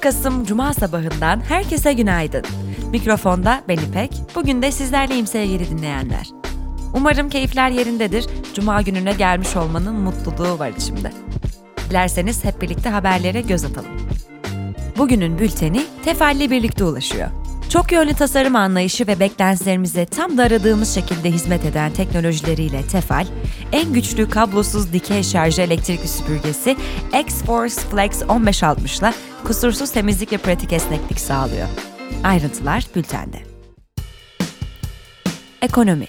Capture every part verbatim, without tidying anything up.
Kasım Cuma sabahından herkese günaydın. Mikrofonda ben İpek, bugün de sizlerleyim sevgili dinleyenler. Umarım keyifler yerindedir, Cuma gününe gelmiş olmanın mutluluğu var içimde. Dilerseniz hep birlikte haberlere göz atalım. Bugünün bülteni Tefal'le birlikte ulaşıyor. Çok yönlü tasarım anlayışı ve beklentilerimize tam da aradığımız şekilde hizmet eden teknolojileriyle Tefal, en güçlü kablosuz dikey şarjlı elektrikli süpürgesi X-Force Flex on beş altmış ile kusursuz temizlik ve pratik esneklik sağlıyor. Ayrıntılar bültende. Ekonomi.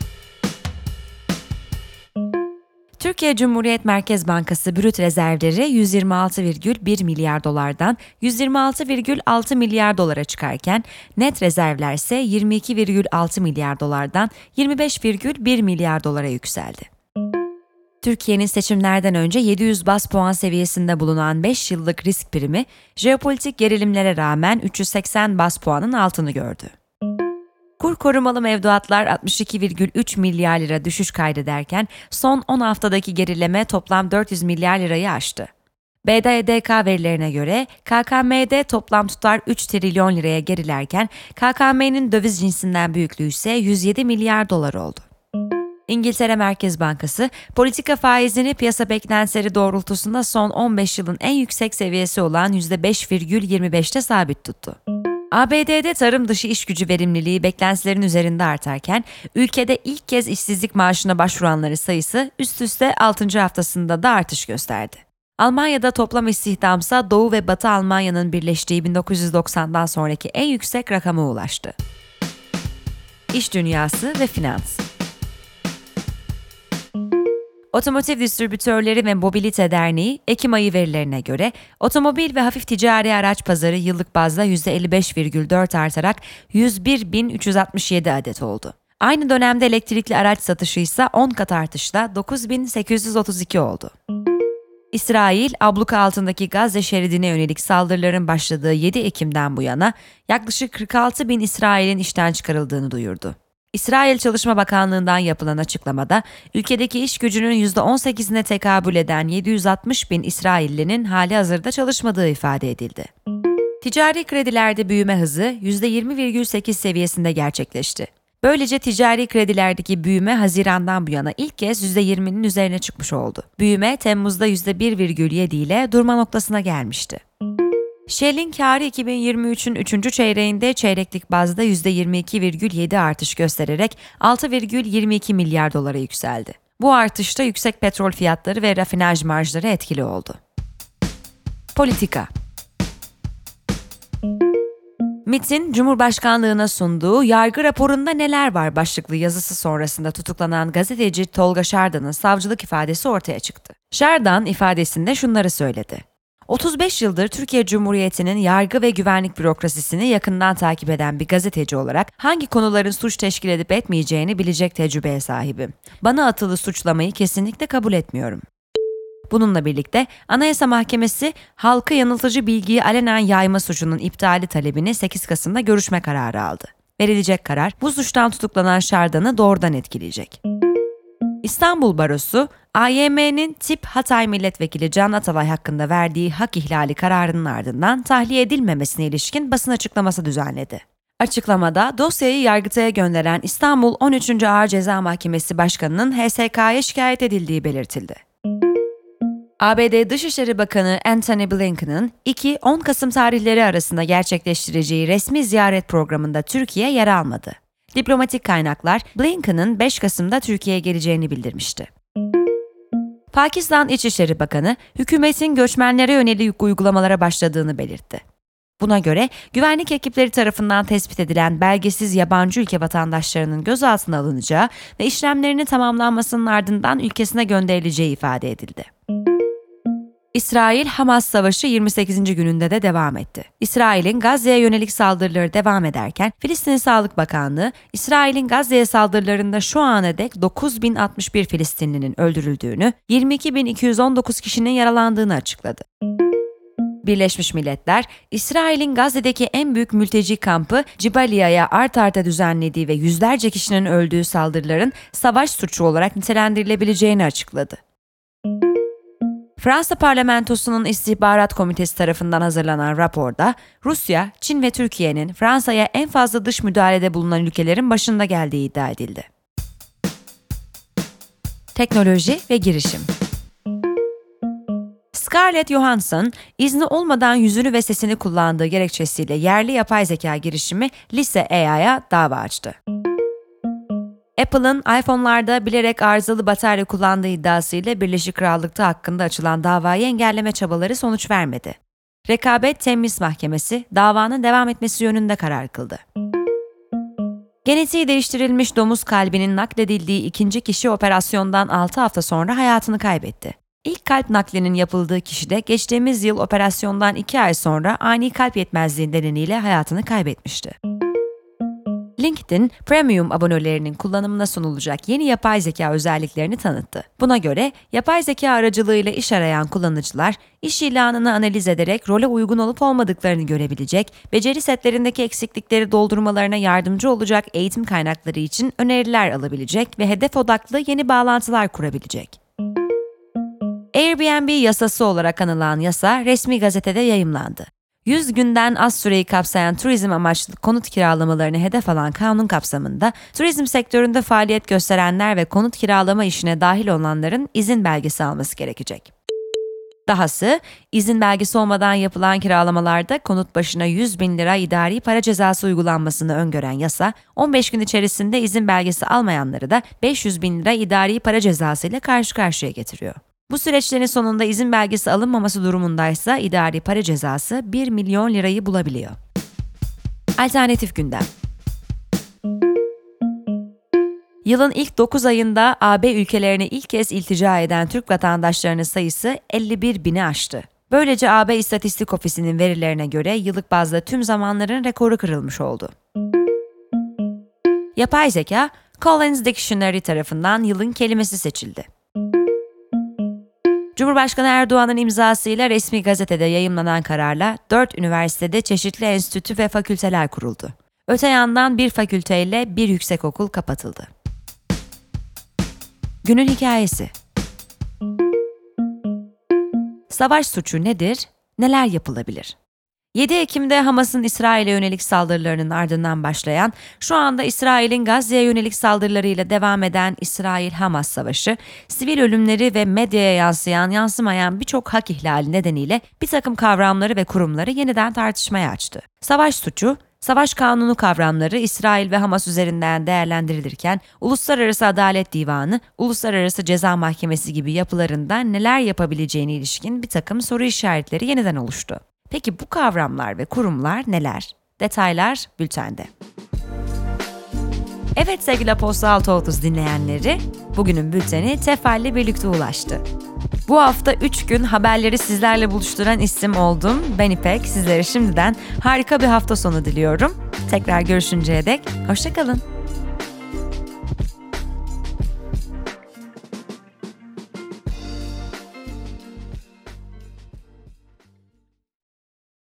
Türkiye Cumhuriyet Merkez Bankası brüt rezervleri yüz yirmi altı virgül bir milyar dolardan yüz yirmi altı virgül altı milyar dolara çıkarken net rezervler ise yirmi iki virgül altı milyar dolardan yirmi beş virgül bir milyar dolara yükseldi. Türkiye'nin seçimlerden önce yedi yüz baz puan seviyesinde bulunan beş yıllık risk primi, jeopolitik gerilimlere rağmen üç yüz seksen baz puanın altını gördü. Kur korumalı mevduatlar altmış iki virgül üç milyar lira düşüş kaydederken son on haftadaki gerileme toplam dört yüz milyar lirayı aştı. B D D K verilerine göre K K M'de toplam tutar üç trilyon liraya gerilerken K K M'nin döviz cinsinden büyüklüğü ise yüz yedi milyar dolar oldu. İngiltere Merkez Bankası, politika faizini piyasa beklentileri doğrultusunda son on beş yılın en yüksek seviyesi olan yüzde beş virgül yirmi beşte sabit tuttu. A B D'de tarım dışı iş gücü verimliliği beklentilerin üzerinde artarken, ülkede ilk kez işsizlik maaşına başvuranların sayısı üst üste altıncı haftasında da artış gösterdi. Almanya'da toplam istihdamsa Doğu ve Batı Almanya'nın birleştiği bin dokuz yüz doksandan sonraki en yüksek rakama ulaştı. İş dünyası ve finans. Otomotiv Distribütörleri ve Mobilite Derneği, Ekim ayı verilerine göre otomobil ve hafif ticari araç pazarı yıllık bazda yüzde elli beş virgül dört artarak yüz bir bin üç yüz altmış yedi adet oldu. Aynı dönemde elektrikli araç satışı ise on kat artışla dokuz bin sekiz yüz otuz iki oldu. İsrail, abluka altındaki Gazze şeridine yönelik saldırıların başladığı yedi Ekim'den bu yana yaklaşık kırk altı bin İsrail'in işten çıkarıldığını duyurdu. İsrail Çalışma Bakanlığı'ndan yapılan açıklamada, ülkedeki iş gücünün yüzde on sekizine tekabül eden yedi yüz altmış bin İsraillinin hali hazırda çalışmadığı ifade edildi. Ticari kredilerde büyüme hızı yüzde yirmi virgül sekiz seviyesinde gerçekleşti. Böylece ticari kredilerdeki büyüme Haziran'dan bu yana ilk kez yüzde yirminin üzerine çıkmış oldu. Büyüme Temmuz'da yüzde bir virgül yedi ile durma noktasına gelmişti. Shell'in kârı iki bin yirmi üçün üçüncü çeyreğinde çeyreklik bazda yüzde yirmi iki virgül yedi artış göstererek altı virgül yirmi iki milyar dolara yükseldi. Bu artışta yüksek petrol fiyatları ve rafinaj marjları etkili oldu. Politika. M İ T'in Cumhurbaşkanlığına sunduğu "Yargı raporunda neler var?" başlıklı yazısı sonrasında tutuklanan gazeteci Tolga Şardan'ın savcılık ifadesi ortaya çıktı. Şardan ifadesinde şunları söyledi. otuz beş yıldır Türkiye Cumhuriyeti'nin yargı ve güvenlik bürokrasisini yakından takip eden bir gazeteci olarak hangi konuların suç teşkil edip etmeyeceğini bilecek tecrübeye sahibim. Bana atılı suçlamayı kesinlikle kabul etmiyorum. Bununla birlikte Anayasa Mahkemesi halkı yanıltıcı bilgiyi alenen yayma suçunun iptali talebini sekiz Kasım'da görüşme kararı aldı. Verilecek karar bu suçtan tutuklanan Şardan'ı doğrudan etkileyecek. İstanbul Barosu, A Y M'nin Tip Hatay Milletvekili Can Atalay hakkında verdiği hak ihlali kararının ardından tahliye edilmemesine ilişkin basın açıklaması düzenledi. Açıklamada dosyayı Yargıtay'a gönderen İstanbul on üçüncü Ağır Ceza Mahkemesi Başkanı'nın H S K'ya şikayet edildiği belirtildi. A B D Dışişleri Bakanı Antony Blinken'ın iki on Kasım tarihleri arasında gerçekleştireceği resmi ziyaret programında Türkiye yer almadı. Diplomatik kaynaklar Blinken'ın beş Kasım'da Türkiye'ye geleceğini bildirmişti. Pakistan İçişleri Bakanı, hükümetin göçmenlere yönelik uygulamalara başladığını belirtti. Buna göre güvenlik ekipleri tarafından tespit edilen belgesiz yabancı ülke vatandaşlarının gözaltına alınacağı ve işlemlerinin tamamlanmasının ardından ülkesine gönderileceği ifade edildi. İsrail-Hamas savaşı yirmi sekizinci gününde de devam etti. İsrail'in Gazze'ye yönelik saldırıları devam ederken, Filistin Sağlık Bakanlığı, İsrail'in Gazze'ye saldırılarında şu ana dek dokuz bin altmış bir Filistinlinin öldürüldüğünü, yirmi iki bin iki yüz on dokuz kişinin yaralandığını açıkladı. Birleşmiş Milletler, İsrail'in Gazze'deki en büyük mülteci kampı Cibaliya'ya art arda düzenlediği ve yüzlerce kişinin öldüğü saldırıların savaş suçu olarak nitelendirilebileceğini açıkladı. Fransa Parlamentosu'nun İstihbarat Komitesi tarafından hazırlanan raporda, Rusya, Çin ve Türkiye'nin Fransa'ya en fazla dış müdahalede bulunan ülkelerin başında geldiği iddia edildi. Teknoloji ve girişim. Scarlett Johansson, izni olmadan yüzünü ve sesini kullandığı gerekçesiyle yerli yapay zeka girişimi Lise A I'ya dava açtı. Apple'ın iPhone'larda bilerek arızalı batarya kullandığı iddiasıyla Birleşik Krallık'ta hakkında açılan davayı engelleme çabaları sonuç vermedi. Rekabet Temyiz Mahkemesi, davanın devam etmesi yönünde karar kıldı. Genetiği değiştirilmiş domuz kalbinin nakledildiği ikinci kişi operasyondan altı hafta sonra hayatını kaybetti. İlk kalp naklinin yapıldığı kişi de geçtiğimiz yıl operasyondan iki ay sonra ani kalp yetmezliği nedeniyle hayatını kaybetmişti. LinkedIn, Premium abonelerinin kullanımına sunulacak yeni yapay zeka özelliklerini tanıttı. Buna göre, yapay zeka aracılığıyla iş arayan kullanıcılar, iş ilanını analiz ederek role uygun olup olmadıklarını görebilecek, beceri setlerindeki eksiklikleri doldurmalarına yardımcı olacak eğitim kaynakları için öneriler alabilecek ve hedef odaklı yeni bağlantılar kurabilecek. Airbnb yasası olarak anılan yasa resmi gazetede yayımlandı. yüz günden az süreyi kapsayan turizm amaçlı konut kiralamalarını hedef alan kanun kapsamında, turizm sektöründe faaliyet gösterenler ve konut kiralama işine dahil olanların izin belgesi alması gerekecek. Dahası, izin belgesi olmadan yapılan kiralamalarda konut başına yüz bin lira idari para cezası uygulanmasını öngören yasa, on beş gün içerisinde izin belgesi almayanları da beş yüz bin lira idari para cezası ile karşı karşıya getiriyor. Bu süreçlerin sonunda izin belgesi alınmaması durumundaysa idari para cezası bir milyon lirayı bulabiliyor. Alternatif gündem. Yılın ilk dokuz ayında A B ülkelerine ilk kez iltica eden Türk vatandaşlarının sayısı elli bir bini aştı. Böylece A B İstatistik Ofisi'nin verilerine göre yıllık bazda tüm zamanların rekoru kırılmış oldu. Yapay zeka, Collins Dictionary tarafından yılın kelimesi seçildi. Cumhurbaşkanı Erdoğan'ın imzasıyla resmi gazetede yayımlanan kararla dört üniversitede çeşitli enstitü ve fakülteler kuruldu. Öte yandan bir fakülteyle bir yüksekokul kapatıldı. Günün hikayesi. Savaş suçu nedir? Neler yapılabilir? yedi Ekim'de Hamas'ın İsrail'e yönelik saldırılarının ardından başlayan, şu anda İsrail'in Gazze'ye yönelik saldırılarıyla devam eden İsrail-Hamas savaşı, sivil ölümleri ve medyaya yansıyan, yansımayan birçok hak ihlali nedeniyle bir takım kavramları ve kurumları yeniden tartışmaya açtı. Savaş suçu, savaş kanunu kavramları İsrail ve Hamas üzerinden değerlendirilirken, Uluslararası Adalet Divanı, Uluslararası Ceza Mahkemesi gibi yapılarında neler yapabileceğine ilişkin bir takım soru işaretleri yeniden oluştu. Peki bu kavramlar ve kurumlar neler? Detaylar bültende. Evet sevgili Aposto altı otuz dinleyenleri, bugünün bülteni Tefal'le birlikte ulaştı. Bu hafta üç gün haberleri sizlerle buluşturan isim oldum. Ben İpek, sizlere şimdiden harika bir hafta sonu diliyorum. Tekrar görüşünceye dek hoşça kalın.